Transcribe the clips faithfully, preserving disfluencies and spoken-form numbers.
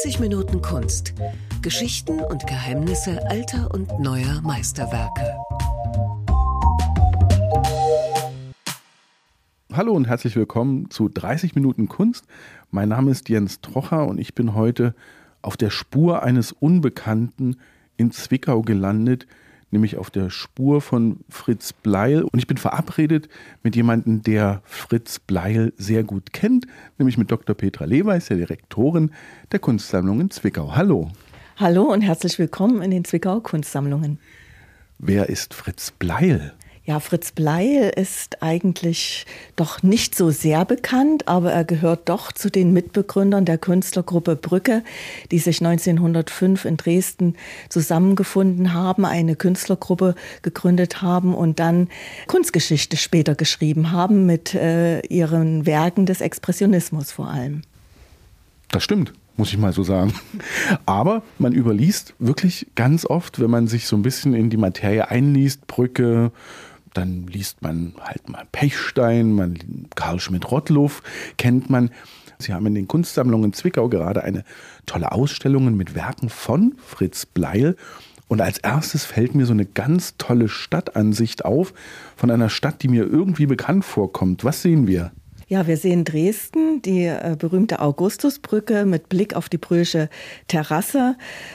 dreißig Minuten Kunst. Geschichten und Geheimnisse alter und neuer Meisterwerke. Hallo und herzlich willkommen zu dreißig Minuten Kunst. Mein Name ist Jens Trocher und ich bin heute auf der Spur eines Unbekannten in Zwickau gelandet, nämlich auf der Spur von Fritz Bleil. Und ich bin verabredet mit jemandem, der Fritz Bleil sehr gut kennt, nämlich mit Doktor Petra Leweis, der Direktorin der Kunstsammlung in Zwickau. Hallo. Hallo und herzlich willkommen in den Zwickau Kunstsammlungen. Wer ist Fritz Bleil? Ja, Fritz Bleil ist eigentlich doch nicht so sehr bekannt, aber er gehört doch zu den Mitbegründern der Künstlergruppe Brücke, die sich neunzehnhundertfünf in Dresden zusammengefunden haben, eine Künstlergruppe gegründet haben und dann Kunstgeschichte später geschrieben haben mit äh, ihren Werken des Expressionismus vor allem. Das stimmt, muss ich mal so sagen. Aber man überliest wirklich ganz oft, wenn man sich so ein bisschen in die Materie einliest, Brücke, dann liest man halt mal Pechstein, man Karl Schmidt-Rottluff kennt man. Sie haben in den Kunstsammlungen Zwickau gerade eine tolle Ausstellung mit Werken von Fritz Bleil. Und als erstes fällt mir so eine ganz tolle Stadtansicht auf, von einer Stadt, die mir irgendwie bekannt vorkommt. Was sehen wir? Ja, wir sehen Dresden, die äh, berühmte Augustusbrücke mit Blick auf die Brühlsche Terrasse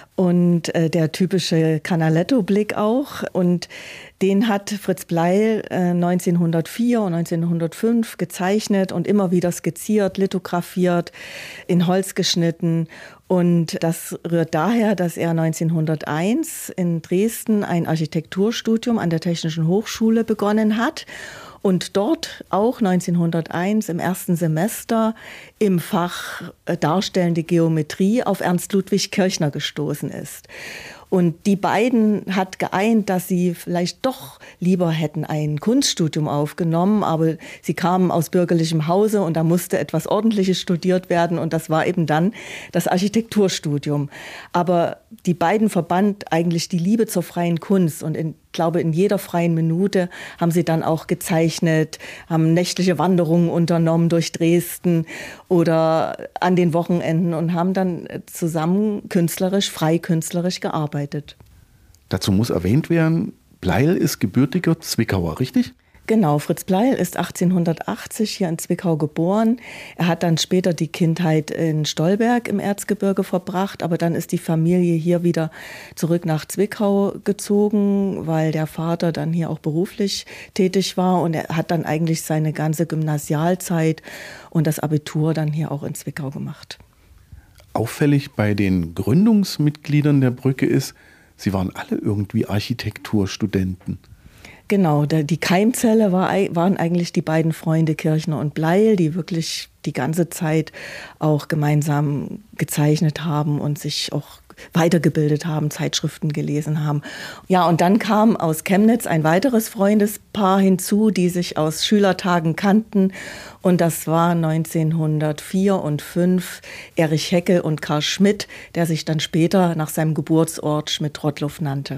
und äh, der typische Canaletto-Blick auch. Und den hat Fritz Bleil äh, neunzehnhundertvier und neunzehnhundertfünf gezeichnet und immer wieder skizziert, lithografiert, in Holz geschnitten. Und das rührt daher, dass er neunzehnhunderteins in Dresden ein Architekturstudium an der Technischen Hochschule begonnen hat. Und dort auch neunzehnhunderteins im ersten Semester im Fach Darstellende Geometrie auf Ernst Ludwig Kirchner gestoßen ist. Und die beiden hat geeint, dass sie vielleicht doch lieber hätten ein Kunststudium aufgenommen, aber sie kamen aus bürgerlichem Hause und da musste etwas Ordentliches studiert werden und das war eben dann das Architekturstudium. Aber die beiden verband eigentlich die Liebe zur freien Kunst und in Ich glaube, in jeder freien Minute haben sie dann auch gezeichnet, haben nächtliche Wanderungen unternommen durch Dresden oder an den Wochenenden und haben dann zusammen künstlerisch, frei künstlerisch gearbeitet. Dazu muss erwähnt werden, Bleil ist gebürtiger Zwickauer, richtig? Genau, Fritz Bleil ist achtzehnhundertachtzig hier in Zwickau geboren. Er hat dann später die Kindheit in Stolberg im Erzgebirge verbracht, aber dann ist die Familie hier wieder zurück nach Zwickau gezogen, weil der Vater dann hier auch beruflich tätig war und er hat dann eigentlich seine ganze Gymnasialzeit und das Abitur dann hier auch in Zwickau gemacht. Auffällig bei den Gründungsmitgliedern der Brücke ist, sie waren alle irgendwie Architekturstudenten. Genau, die Keimzelle war, waren eigentlich die beiden Freunde Kirchner und Bleil, die wirklich die ganze Zeit auch gemeinsam gezeichnet haben und sich auch weitergebildet haben, Zeitschriften gelesen haben. Ja, und dann kam aus Chemnitz ein weiteres Freundespaar hinzu, die sich aus Schülertagen kannten. Und das war neunzehnhundertvier und fünf Erich Heckel und Karl Schmidt, der sich dann später nach seinem Geburtsort Schmidt-Rottluff nannte.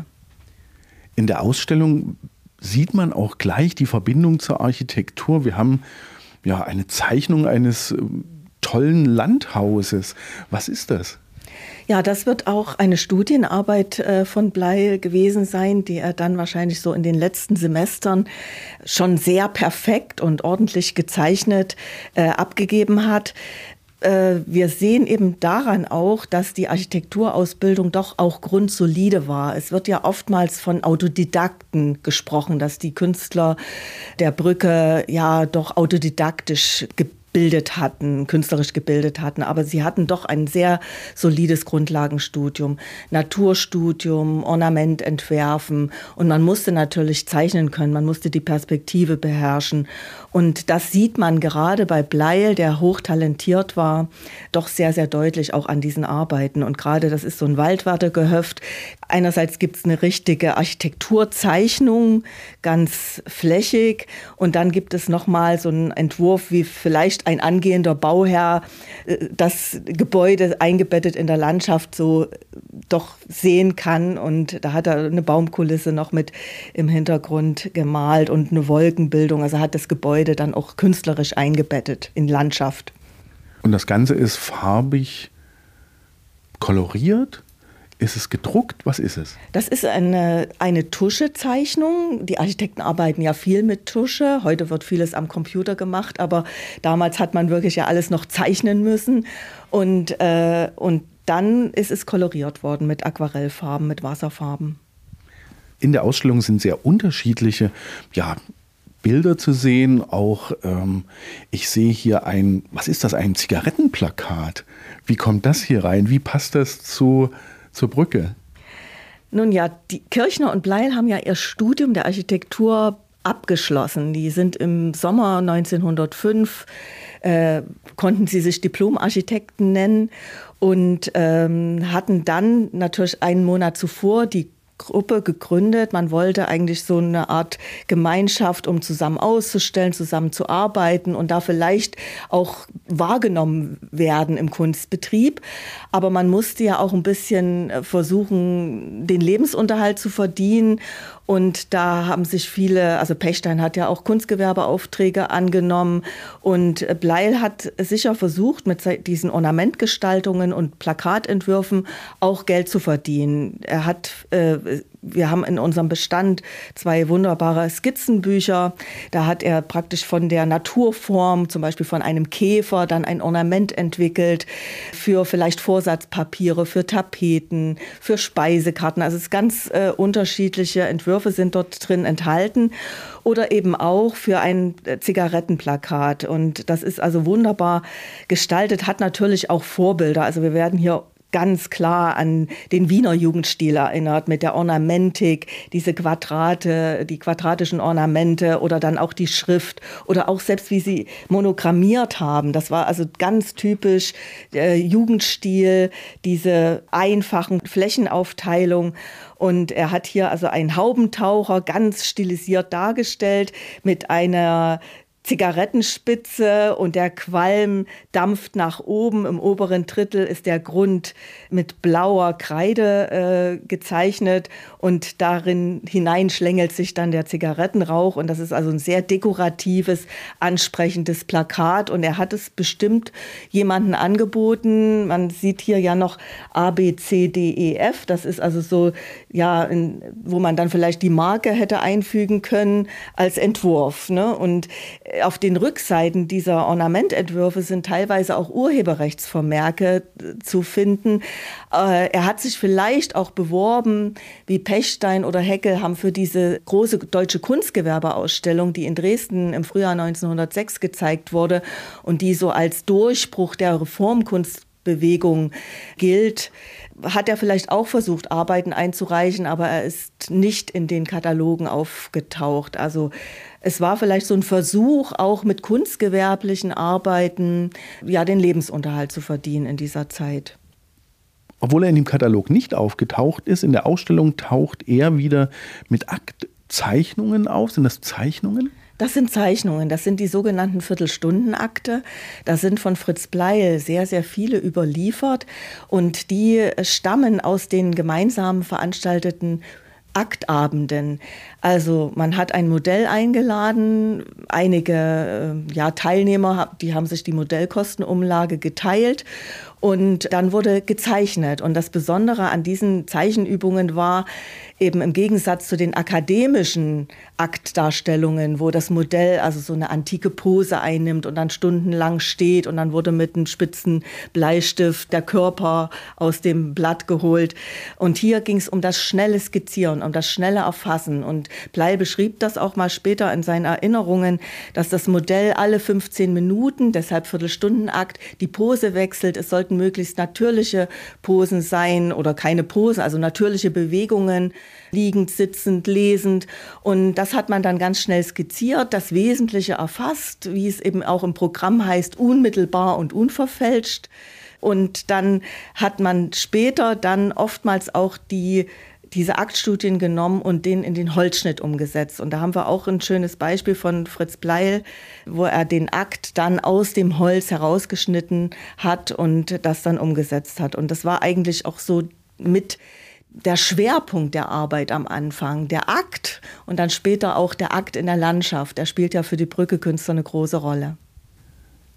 In der Ausstellung sieht man auch gleich die Verbindung zur Architektur. Wir haben ja eine Zeichnung eines äh, tollen Landhauses. Was ist das? Ja, das wird auch eine Studienarbeit äh, von Bleil gewesen sein, die er dann wahrscheinlich so in den letzten Semestern schon sehr perfekt und ordentlich gezeichnet äh, abgegeben hat. Wir sehen eben daran auch, dass die Architekturausbildung doch auch grundsolide war. Es wird ja oftmals von Autodidakten gesprochen, dass die Künstler der Brücke ja doch autodidaktisch gebildet hatten, künstlerisch gebildet hatten. Aber sie hatten doch ein sehr solides Grundlagenstudium, Naturstudium, Ornament entwerfen. Und man musste natürlich zeichnen können, man musste die Perspektive beherrschen. Und das sieht man gerade bei Bleil, der hochtalentiert war, doch sehr, sehr deutlich auch an diesen Arbeiten. Und gerade das ist so ein Waldwärtergehöft. Einerseits gibt es eine richtige Architekturzeichnung, ganz flächig. Und dann gibt es nochmal so einen Entwurf, wie vielleicht ein angehender Bauherr das Gebäude eingebettet in der Landschaft so doch sehen kann. Und da hat er eine Baumkulisse noch mit im Hintergrund gemalt und eine Wolkenbildung. Also hat das Gebäude dann auch künstlerisch eingebettet in Landschaft. Und das Ganze ist farbig koloriert? Ist es gedruckt? Was ist es? Das ist eine, eine Tuschezeichnung. Die Architekten arbeiten ja viel mit Tusche. Heute wird vieles am Computer gemacht, aber damals hat man wirklich ja alles noch zeichnen müssen. Und, äh, und dann ist es koloriert worden mit Aquarellfarben, mit Wasserfarben. In der Ausstellung sind sehr unterschiedliche, ja, Bilder zu sehen. Auch ähm, ich sehe hier ein, was ist das, ein Zigarettenplakat? Wie kommt das hier rein? Wie passt das zu zur Brücke? Nun ja, die Kirchner und Bleil haben ja ihr Studium der Architektur abgeschlossen. Die sind im Sommer neunzehnhundertfünf, äh, konnten sie sich Diplomarchitekten nennen und ähm, hatten dann natürlich einen Monat zuvor die Gruppe gegründet. Man wollte eigentlich so eine Art Gemeinschaft, um zusammen auszustellen, zusammen zu arbeiten und da vielleicht auch wahrgenommen werden im Kunstbetrieb. Aber man musste ja auch ein bisschen versuchen, den Lebensunterhalt zu verdienen. Und da haben sich viele, also Pechstein hat ja auch Kunstgewerbeaufträge angenommen und Bleil hat sicher versucht, mit diesen Ornamentgestaltungen und Plakatentwürfen auch Geld zu verdienen. Er hat, äh, wir haben in unserem Bestand zwei wunderbare Skizzenbücher. Da hat er praktisch von der Naturform, zum Beispiel von einem Käfer, dann ein Ornament entwickelt für vielleicht Vorsatzpapiere, für Tapeten, für Speisekarten. Also es ist ganz äh, unterschiedliche Entwürfe sind dort drin enthalten. Oder eben auch für ein Zigarettenplakat. Und das ist also wunderbar gestaltet, hat natürlich auch Vorbilder. Also wir werden hier ganz klar an den Wiener Jugendstil erinnert mit der Ornamentik, diese Quadrate, die quadratischen Ornamente oder dann auch die Schrift oder auch selbst wie sie monogrammiert haben. Das war also ganz typisch äh, Jugendstil, diese einfachen Flächenaufteilung. Und er hat hier also einen Haubentaucher ganz stilisiert dargestellt mit einer Zigarettenspitze und der Qualm dampft nach oben. Im oberen Drittel ist der Grund mit blauer Kreide äh, gezeichnet und darin hinein schlängelt sich dann der Zigarettenrauch und das ist also ein sehr dekoratives, ansprechendes Plakat und er hat es bestimmt jemanden angeboten. Man sieht hier ja noch A, B, C, D, E, F. Das ist also so, ja, in, wo man dann vielleicht die Marke hätte einfügen können als Entwurf, ne? Und auf den Rückseiten dieser Ornamententwürfe sind teilweise auch Urheberrechtsvermerke zu finden. Er hat sich vielleicht auch beworben, wie Pechstein oder Heckel haben für diese große deutsche Kunstgewerbeausstellung, die in Dresden im Frühjahr neunzehnhundertsechs gezeigt wurde und die so als Durchbruch der Reformkunstbewegung gilt, hat er vielleicht auch versucht, Arbeiten einzureichen, aber er ist nicht in den Katalogen aufgetaucht. Also es war vielleicht so ein Versuch, auch mit kunstgewerblichen Arbeiten ja, den Lebensunterhalt zu verdienen in dieser Zeit. Obwohl er in dem Katalog nicht aufgetaucht ist, in der Ausstellung taucht er wieder mit Aktzeichnungen auf. Sind das Zeichnungen? Das sind Zeichnungen, das sind die sogenannten Viertelstundenakte. Da sind von Fritz Bleil sehr, sehr viele überliefert und die stammen aus den gemeinsam veranstalteten Aktabenden. Also man hat ein Modell eingeladen, einige ja, Teilnehmer, die haben sich die Modellkostenumlage geteilt und dann wurde gezeichnet. Und das Besondere an diesen Zeichenübungen war eben im Gegensatz zu den akademischen Aktdarstellungen, wo das Modell also so eine antike Pose einnimmt und dann stundenlang steht und dann wurde mit einem spitzen Bleistift der Körper aus dem Blatt geholt. Und hier ging es um das schnelle Skizzieren, um das schnelle Erfassen. Und Bleil beschrieb das auch mal später in seinen Erinnerungen, dass das Modell alle fünfzehn Minuten, deshalb Viertelstundenakt, die Pose wechselt. Es sollten möglichst natürliche Posen sein oder keine Posen, also natürliche Bewegungen, liegend, sitzend, lesend. Und das hat man dann ganz schnell skizziert, das Wesentliche erfasst, wie es eben auch im Programm heißt, unmittelbar und unverfälscht. Und dann hat man später dann oftmals auch die diese Aktstudien genommen und den in den Holzschnitt umgesetzt. Und da haben wir auch ein schönes Beispiel von Fritz Bleil, wo er den Akt dann aus dem Holz herausgeschnitten hat und das dann umgesetzt hat. Und das war eigentlich auch so mit der Schwerpunkt der Arbeit am Anfang, der Akt und dann später auch der Akt in der Landschaft. Der spielt ja für die Brücke-Künstler eine große Rolle.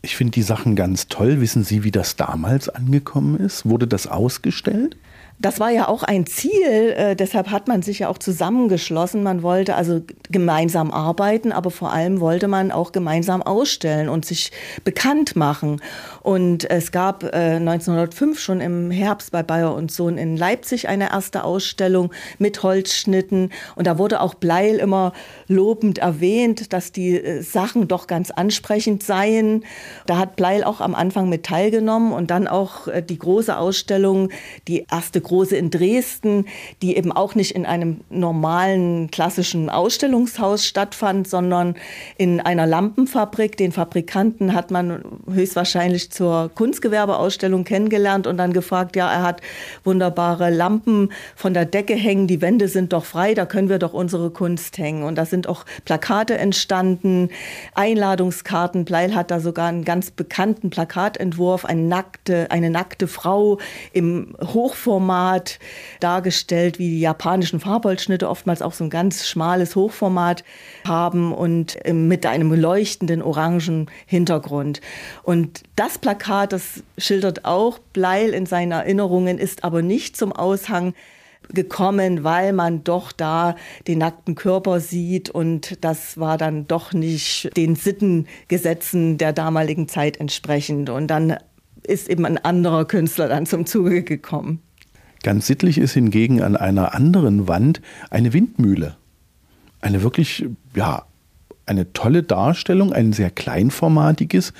Ich finde die Sachen ganz toll. Wissen Sie, wie das damals angekommen ist? Wurde das ausgestellt? Das war ja auch ein Ziel, äh, deshalb hat man sich ja auch zusammengeschlossen. Man wollte also gemeinsam arbeiten, aber vor allem wollte man auch gemeinsam ausstellen und sich bekannt machen. Und es gab äh, neunzehnhundertfünf schon im Herbst bei Beyer und Sohn in Leipzig eine erste Ausstellung mit Holzschnitten. Und da wurde auch Bleyl immer lobend erwähnt, dass die äh, Sachen doch ganz ansprechend seien. Da hat Bleyl auch am Anfang mit teilgenommen und dann auch äh, die große Ausstellung, die erste große in Dresden, die eben auch nicht in einem normalen klassischen Ausstellungshaus stattfand, sondern in einer Lampenfabrik. Den Fabrikanten hat man höchstwahrscheinlich zur Kunstgewerbeausstellung kennengelernt und dann gefragt, ja, er hat wunderbare Lampen von der Decke hängen, die Wände sind doch frei, da können wir doch unsere Kunst hängen. Und da sind auch Plakate entstanden, Einladungskarten. Bleyl hat da sogar einen ganz bekannten Plakatentwurf, eine nackte, eine nackte Frau im Hochformat dargestellt, wie die japanischen Farbholzschnitte oftmals auch so ein ganz schmales Hochformat haben und mit einem leuchtenden orangen Hintergrund. Und das Plakat, das schildert auch Bleyl in seinen Erinnerungen, ist aber nicht zum Aushang gekommen, weil man doch da den nackten Körper sieht und das war dann doch nicht den Sittengesetzen der damaligen Zeit entsprechend. Und dann ist eben ein anderer Künstler dann zum Zuge gekommen. Ganz sittlich ist hingegen an einer anderen Wand eine Windmühle. Eine wirklich, ja, eine tolle Darstellung, ein sehr kleinformatiges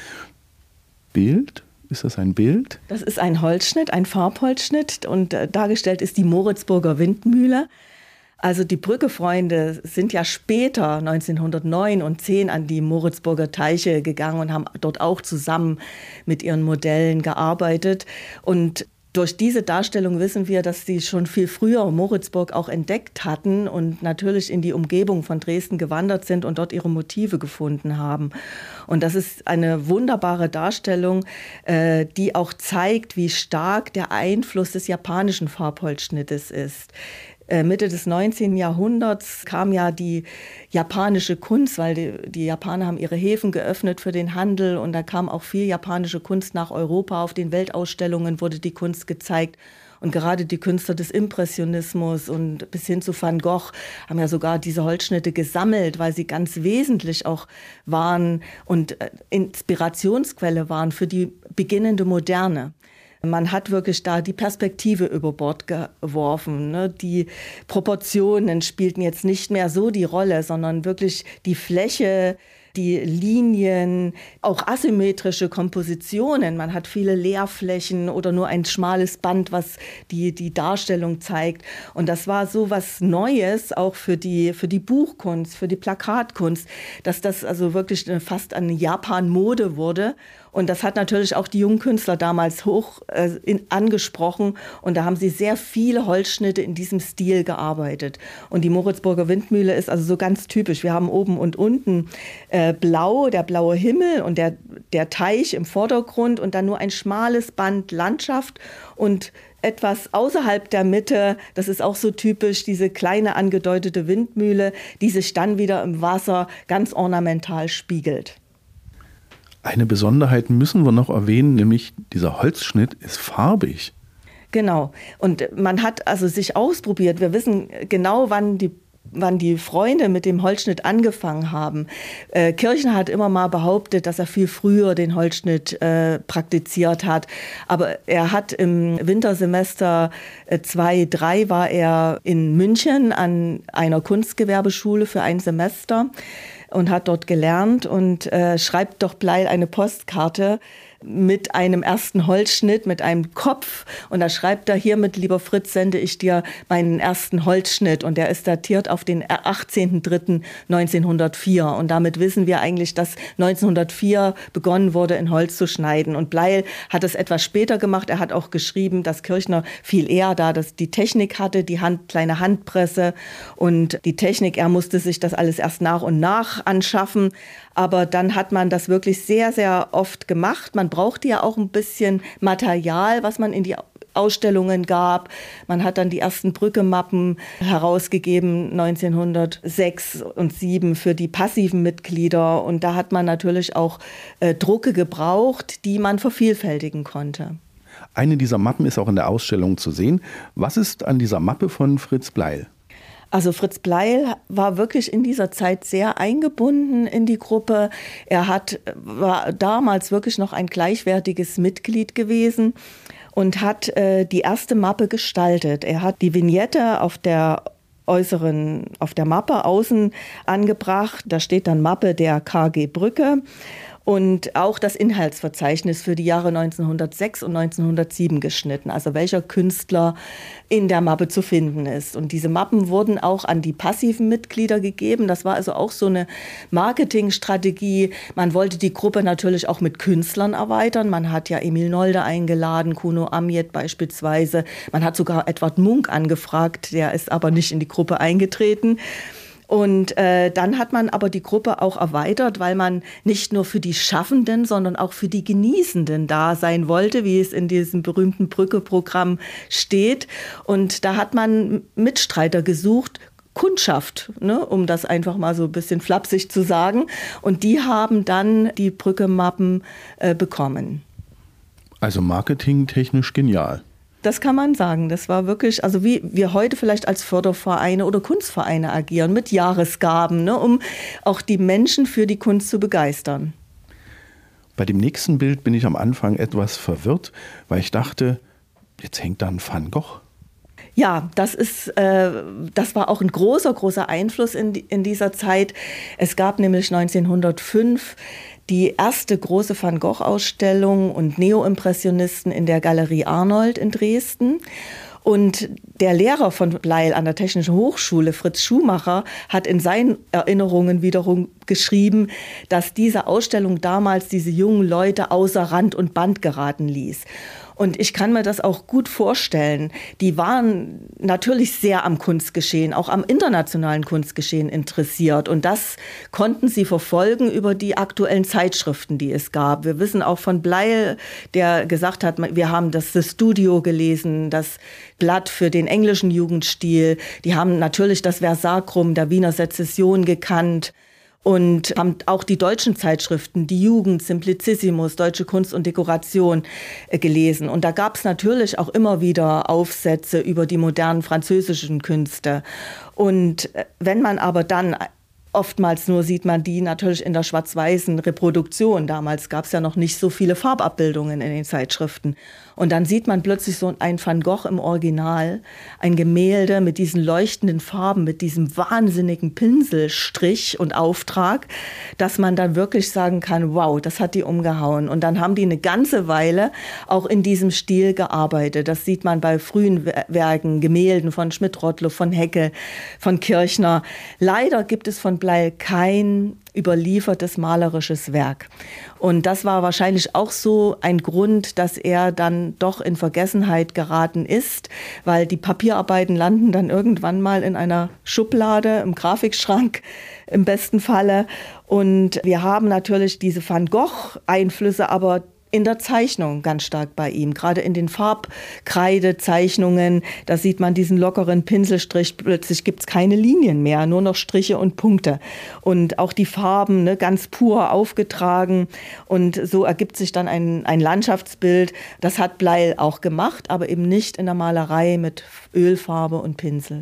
Bild. Ist das ein Bild? Das ist ein Holzschnitt, ein Farbholzschnitt und äh, dargestellt ist die Moritzburger Windmühle. Also die Brücke-Freunde sind ja später, neunzehnhundertneun und zehn, an die Moritzburger Teiche gegangen und haben dort auch zusammen mit ihren Modellen gearbeitet. Und durch diese Darstellung wissen wir, dass sie schon viel früher Moritzburg auch entdeckt hatten und natürlich in die Umgebung von Dresden gewandert sind und dort ihre Motive gefunden haben. Und das ist eine wunderbare Darstellung, äh, die auch zeigt, wie stark der Einfluss des japanischen Farbholzschnittes ist. Mitte des neunzehnten Jahrhunderts kam ja die japanische Kunst, weil die, die Japaner haben ihre Häfen geöffnet für den Handel und da kam auch viel japanische Kunst nach Europa. Auf den Weltausstellungen wurde die Kunst gezeigt. Und gerade die Künstler des Impressionismus und bis hin zu Van Gogh haben ja sogar diese Holzschnitte gesammelt, weil sie ganz wesentlich auch waren und Inspirationsquelle waren für die beginnende Moderne. Man hat wirklich da die Perspektive über Bord geworfen. Ne? Die Proportionen spielten jetzt nicht mehr so die Rolle, sondern wirklich die Fläche, die Linien, auch asymmetrische Kompositionen. Man hat viele Leerflächen oder nur ein schmales Band, was die, die Darstellung zeigt. Und das war so was Neues, auch für die, für die Buchkunst, für die Plakatkunst, dass das also wirklich fast eine Japan-Mode wurde. Und das hat natürlich auch die jungen Künstler damals hoch äh, in, angesprochen. Und da haben sie sehr viele Holzschnitte in diesem Stil gearbeitet. Und die Moritzburger Windmühle ist also so ganz typisch. Wir haben oben und unten äh, blau, der blaue Himmel und der, der Teich im Vordergrund und dann nur ein schmales Band Landschaft und etwas außerhalb der Mitte, das ist auch so typisch, diese kleine angedeutete Windmühle, die sich dann wieder im Wasser ganz ornamental spiegelt. Eine Besonderheit müssen wir noch erwähnen, nämlich dieser Holzschnitt ist farbig. Genau. Und man hat also sich ausprobiert. Wir wissen genau, wann die wann die Freunde mit dem Holzschnitt angefangen haben. Äh, Kirchner hat immer mal behauptet, dass er viel früher den Holzschnitt äh, praktiziert hat. Aber er hat im Wintersemester zwei, drei war er in München an einer Kunstgewerbeschule für ein Semester und hat dort gelernt und äh, schreibt doch Bleyl eine Postkarte mit einem ersten Holzschnitt, mit einem Kopf. Und da schreibt er: Hiermit, lieber Fritz, sende ich dir meinen ersten Holzschnitt. Und der ist datiert auf den achtzehnten dritten neunzehnhundertvier. Und damit wissen wir eigentlich, dass neunzehnhundertvier begonnen wurde, in Holz zu schneiden. Und Bleyl hat es etwas später gemacht. Er hat auch geschrieben, dass Kirchner viel eher da dass die Technik hatte, die Hand, kleine Handpresse und die Technik. Er musste sich das alles erst nach und nach anschaffen. Aber dann hat man das wirklich sehr, sehr oft gemacht. Man brauchte ja auch ein bisschen Material, was man in die Ausstellungen gab. Man hat dann die ersten Brücke-Mappen herausgegeben, neunzehnhundertsechs und sieben für die passiven Mitglieder. Und da hat man natürlich auch äh, Drucke gebraucht, die man vervielfältigen konnte. Eine dieser Mappen ist auch in der Ausstellung zu sehen. Was ist an dieser Mappe von Fritz Bleil? Also Fritz Bleil war wirklich in dieser Zeit sehr eingebunden in die Gruppe. Er hat, war damals wirklich noch ein gleichwertiges Mitglied gewesen und hat äh, die erste Mappe gestaltet. Er hat die Vignette auf der äußeren, auf der Mappe außen angebracht. Da steht dann Mappe der K G Brücke. Und auch das Inhaltsverzeichnis für die Jahre neunzehnhundertsechs und neunzehnhundertsieben geschnitten, also welcher Künstler in der Mappe zu finden ist. Und diese Mappen wurden auch an die passiven Mitglieder gegeben. Das war also auch so eine Marketingstrategie. Man wollte die Gruppe natürlich auch mit Künstlern erweitern. Man hat ja Emil Nolde eingeladen, Kuno Amjet beispielsweise. Man hat sogar Edvard Munch angefragt, der ist aber nicht in die Gruppe eingetreten. Und äh, dann hat man aber die Gruppe auch erweitert, weil man nicht nur für die Schaffenden, sondern auch für die Genießenden da sein wollte, wie es in diesem berühmten Brücke-Programm steht. Und da hat man Mitstreiter gesucht, Kundschaft, ne, um das einfach mal so ein bisschen flapsig zu sagen. Und die haben dann die Brücke-Mappen äh, bekommen. Also marketingtechnisch genial. Das kann man sagen. Das war wirklich, also wie wir heute vielleicht als Fördervereine oder Kunstvereine agieren, mit Jahresgaben, ne, um auch die Menschen für die Kunst zu begeistern. Bei dem nächsten Bild bin ich am Anfang etwas verwirrt, weil ich dachte, jetzt hängt da ein Van Gogh. Ja, das ist, äh, das war auch ein großer, großer Einfluss in, die, in dieser Zeit. Es gab nämlich neunzehnhundertfünf die erste große Van Gogh-Ausstellung und Neoimpressionisten in der Galerie Arnold in Dresden. Und der Lehrer von Bleil an der Technischen Hochschule, Fritz Schumacher, hat in seinen Erinnerungen wiederum geschrieben, dass diese Ausstellung damals diese jungen Leute außer Rand und Band geraten ließ. Und ich kann mir das auch gut vorstellen. Die waren natürlich sehr am Kunstgeschehen, auch am internationalen Kunstgeschehen interessiert. Und das konnten sie verfolgen über die aktuellen Zeitschriften, die es gab. Wir wissen auch von Bleil, der gesagt hat, wir haben das The Studio gelesen, das Blatt für den englischen Jugendstil. Die haben natürlich das Versacrum der Wiener Sezession gekannt. Und haben auch die deutschen Zeitschriften, die Jugend, Simplicissimus, Deutsche Kunst und Dekoration äh, gelesen. Und da gab es natürlich auch immer wieder Aufsätze über die modernen französischen Künste. Und äh, wenn man aber dann oftmals nur sieht man die natürlich in der schwarz-weißen Reproduktion. Damals gab es ja noch nicht so viele Farbabbildungen in den Zeitschriften. Und dann sieht man plötzlich so ein Van Gogh im Original, ein Gemälde mit diesen leuchtenden Farben, mit diesem wahnsinnigen Pinselstrich und Auftrag, dass man dann wirklich sagen kann, wow, das hat die umgehauen. Und dann haben die eine ganze Weile auch in diesem Stil gearbeitet. Das sieht man bei frühen Werken, Gemälden von Schmidt-Rottluff, von Hecke, von Kirchner. Leider gibt es von Bleil kein überliefertes malerisches Werk. Und das war wahrscheinlich auch so ein Grund, dass er dann doch in Vergessenheit geraten ist, weil die Papierarbeiten landen dann irgendwann mal in einer Schublade im Grafikschrank im besten Falle. Und wir haben natürlich diese Van Gogh-Einflüsse, aber in der Zeichnung ganz stark bei ihm, gerade in den Farbkreidezeichnungen, da sieht man diesen lockeren Pinselstrich, plötzlich gibt es keine Linien mehr, nur noch Striche und Punkte. Und auch die Farben, ne, ganz pur aufgetragen, und so ergibt sich dann ein, ein Landschaftsbild. Das hat Bleil auch gemacht, aber eben nicht in der Malerei mit Ölfarbe und Pinsel.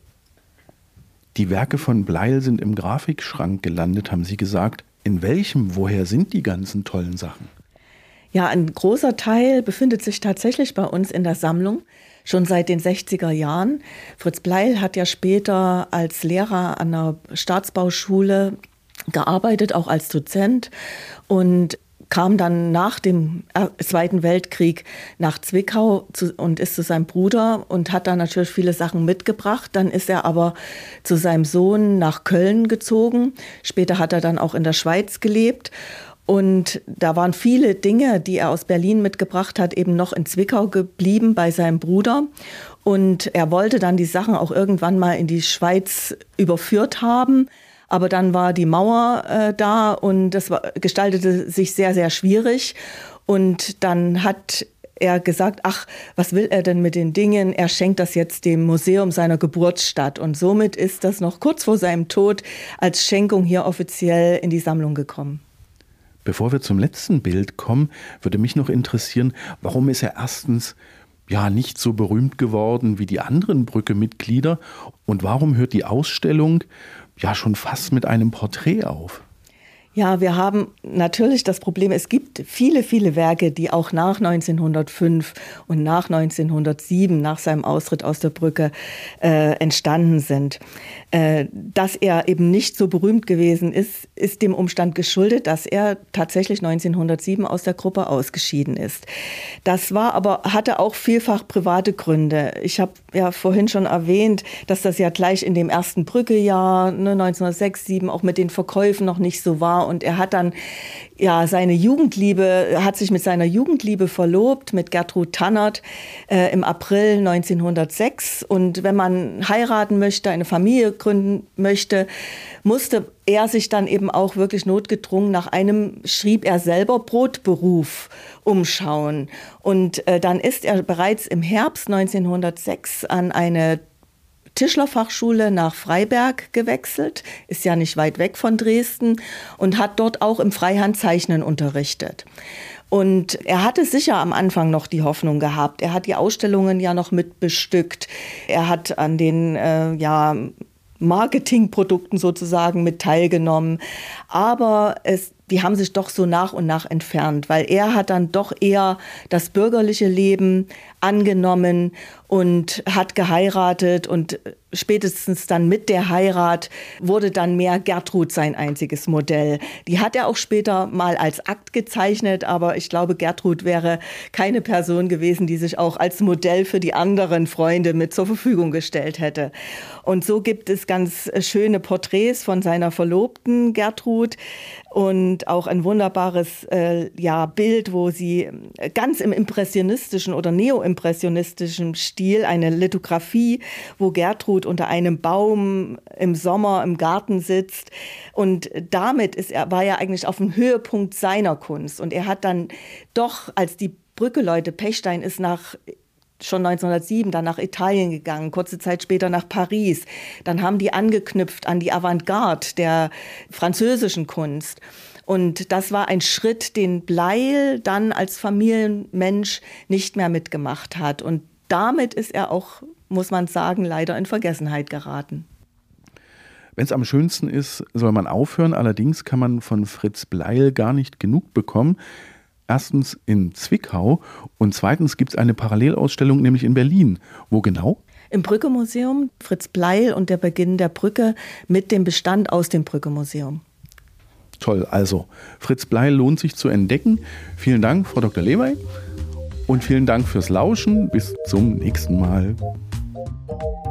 Die Werke von Bleil sind im Grafikschrank gelandet, haben Sie gesagt. In welchem, woher sind die ganzen tollen Sachen? Ja, ein großer Teil befindet sich tatsächlich bei uns in der Sammlung, schon seit den sechziger Jahren. Fritz Bleil hat ja später als Lehrer an der Staatsbauschule gearbeitet, auch als Dozent, und kam dann nach dem Zweiten Weltkrieg nach Zwickau zu, und ist zu seinem Bruder und hat da natürlich viele Sachen mitgebracht. Dann ist er aber zu seinem Sohn nach Köln gezogen. Später hat er dann auch in der Schweiz gelebt. Und da waren viele Dinge, die er aus Berlin mitgebracht hat, eben noch in Zwickau geblieben bei seinem Bruder. Und er wollte dann die Sachen auch irgendwann mal in die Schweiz überführt haben. Aber dann war die Mauer äh, da und das war, gestaltete sich sehr, sehr schwierig. Und dann hat er gesagt, ach, was will er denn mit den Dingen? Er schenkt das jetzt dem Museum seiner Geburtsstadt. Und somit ist das noch kurz vor seinem Tod als Schenkung hier offiziell in die Sammlung gekommen. Bevor wir zum letzten Bild kommen, würde mich noch interessieren, warum ist er erstens ja nicht so berühmt geworden wie die anderen Brücke-Mitglieder und warum hört die Ausstellung ja schon fast mit einem Porträt auf? Ja, wir haben natürlich das Problem, es gibt viele, viele Werke, die auch nach neunzehnhundertfünf und nach neunzehnhundertsieben, nach seinem Austritt aus der Brücke, äh, entstanden sind. Äh, dass er eben nicht so berühmt gewesen ist, ist dem Umstand geschuldet, dass er tatsächlich neunzehnhundertsieben aus der Gruppe ausgeschieden ist. Das war aber, hatte auch vielfach private Gründe. Ich habe ja vorhin schon erwähnt, dass das ja gleich in dem ersten Brückejahr, ne, neunzehnhundertsechs, sieben, auch mit den Verkäufen noch nicht so war. Und er hat dann ja seine Jugendliebe, hat sich mit seiner Jugendliebe verlobt, mit Gertrud Tannert äh, im April neunzehnhundertsechs. Und wenn man heiraten möchte, eine Familie gründen möchte, musste er sich dann eben auch wirklich notgedrungen nach einem, schrieb er selber, Brotberuf umschauen. Und äh, dann ist er bereits im Herbst neunzehnhundertsechs an eine Tischlerfachschule nach Freiberg gewechselt, ist ja nicht weit weg von Dresden und hat dort auch im Freihandzeichnen unterrichtet. Und er hatte sicher am Anfang noch die Hoffnung gehabt. Er hat die Ausstellungen ja noch mit bestückt. Er hat an den äh, ja, Marketingprodukten sozusagen mit teilgenommen. Aber es, die haben sich doch so nach und nach entfernt, weil er hat dann doch eher das bürgerliche Leben angenommen und hat geheiratet und spätestens dann mit der Heirat wurde dann mehr Gertrud sein einziges Modell. Die hat er auch später mal als Akt gezeichnet, aber ich glaube, Gertrud wäre keine Person gewesen, die sich auch als Modell für die anderen Freunde mit zur Verfügung gestellt hätte. Und so gibt es ganz schöne Porträts von seiner Verlobten Gertrud und auch ein wunderbares äh, ja, Bild, wo sie ganz im impressionistischen oder neoimpressionistischen Stil, eine Lithografie, wo Gertrud unter einem Baum im Sommer im Garten sitzt. Und damit ist er, war er eigentlich auf dem Höhepunkt seiner Kunst. Und er hat dann doch, als die Brücke-Leute, Pechstein ist nach schon neunzehnhundertsieben dann nach Italien gegangen, kurze Zeit später nach Paris. Dann haben die angeknüpft an die Avantgarde der französischen Kunst. Und das war ein Schritt, den Bleyl dann als Familienmensch nicht mehr mitgemacht hat. Und damit ist er auch, muss man sagen, leider in Vergessenheit geraten. Wenn es am schönsten ist, soll man aufhören. Allerdings kann man von Fritz Bleyl gar nicht genug bekommen. Erstens in Zwickau und zweitens gibt es eine Parallelausstellung, nämlich in Berlin. Wo genau? Im Brücke-Museum, Fritz Bleyl und der Beginn der Brücke mit dem Bestand aus dem Brücke-Museum. Toll, also Fritz Bleyl lohnt sich zu entdecken. Vielen Dank, Frau Doktor Lewey, und vielen Dank fürs Lauschen. Bis zum nächsten Mal.